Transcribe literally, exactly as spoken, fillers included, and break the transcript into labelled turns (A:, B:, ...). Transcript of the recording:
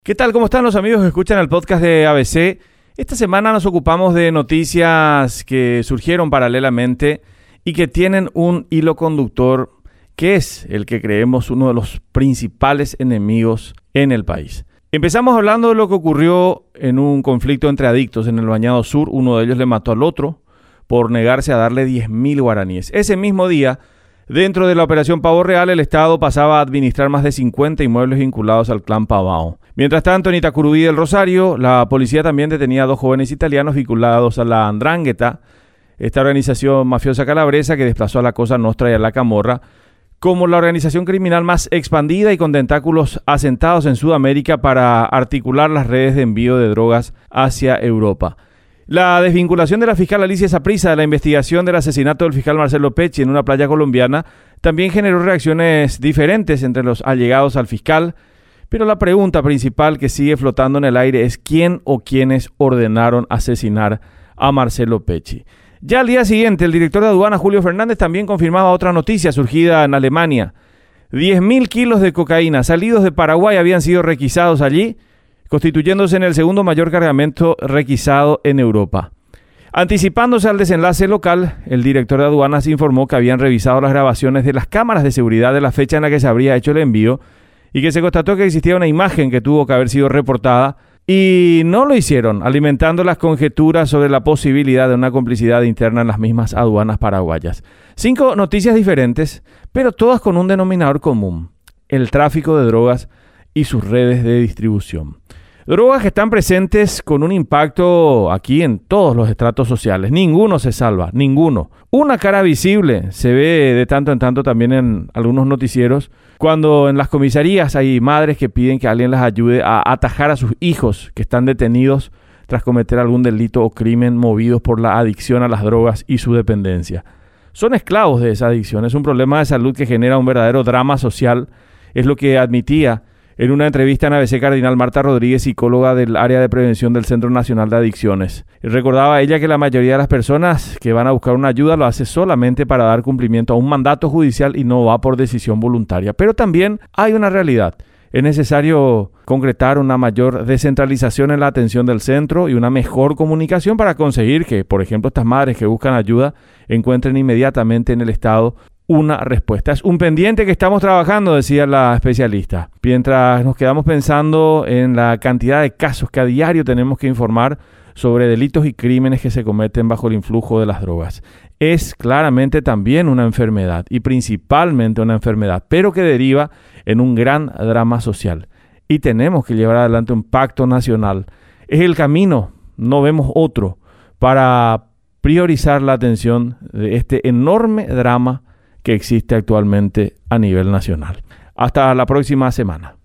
A: ¿Qué tal? ¿Cómo están los amigos que escuchan el podcast de A B C? Esta semana nos ocupamos de noticias que surgieron paralelamente y que tienen un hilo conductor que es el que creemos uno de los principales enemigos en el país. Empezamos hablando de lo que ocurrió en un conflicto entre adictos en el Bañado Sur. Uno de ellos le mató al otro por negarse a darle diez mil guaraníes. Ese mismo día, dentro de la operación Pavo Real, el Estado pasaba a administrar más de cincuenta inmuebles vinculados al clan Pavao. Mientras tanto, en Itacurubí del Rosario, la policía también detenía a dos jóvenes italianos vinculados a la Andrangheta, esta organización mafiosa calabresa que desplazó a la Cosa Nostra y a la Camorra como la organización criminal más expandida y con tentáculos asentados en Sudamérica para articular las redes de envío de drogas hacia Europa. La desvinculación de la fiscal Alicia Saprissa de la investigación del asesinato del fiscal Marcelo Pecci en una playa colombiana también generó reacciones diferentes entre los allegados al fiscal, pero la pregunta principal que sigue flotando en el aire es quién o quiénes ordenaron asesinar a Marcelo Pecci. Ya al día siguiente, el director de aduana Julio Fernández también confirmaba otra noticia surgida en Alemania. diez mil kilos de cocaína salidos de Paraguay habían sido requisados allí, constituyéndose en el segundo mayor cargamento requisado en Europa. Anticipándose al desenlace local, el director de aduanas informó que habían revisado las grabaciones de las cámaras de seguridad de la fecha en la que se habría hecho el envío y que se constató que existía una imagen que tuvo que haber sido reportada y no lo hicieron, alimentando las conjeturas sobre la posibilidad de una complicidad interna en las mismas aduanas paraguayas. Cinco noticias diferentes, pero todas con un denominador común: el tráfico de drogas y sus redes de distribución. Drogas que están presentes con un impacto aquí en todos los estratos sociales. Ninguno se salva, ninguno. Una cara visible se ve de tanto en tanto también en algunos noticieros, cuando en las comisarías hay madres que piden que alguien las ayude a atajar a sus hijos que están detenidos tras cometer algún delito o crimen movidos por la adicción a las drogas y su dependencia. Son esclavos de esa adicción. Es un problema de salud que genera un verdadero drama social. Es lo que admitía en una entrevista en A B C Cardinal Marta Rodríguez, psicóloga del área de prevención del Centro Nacional de Adicciones. Recordaba ella que la mayoría de las personas que van a buscar una ayuda lo hace solamente para dar cumplimiento a un mandato judicial y no va por decisión voluntaria. Pero también hay una realidad. Es necesario concretar una mayor descentralización en la atención del centro y una mejor comunicación para conseguir que, por ejemplo, estas madres que buscan ayuda encuentren inmediatamente en el Estado una respuesta. Es un pendiente que estamos trabajando, decía la especialista. Mientras nos quedamos pensando en la cantidad de casos que a diario tenemos que informar sobre delitos y crímenes que se cometen bajo el influjo de las drogas. Es claramente también una enfermedad y principalmente una enfermedad, pero que deriva en un gran drama social. Y tenemos que llevar adelante un pacto nacional. Es el camino, no vemos otro, para priorizar la atención de este enorme drama que existe actualmente a nivel nacional. Hasta la próxima semana.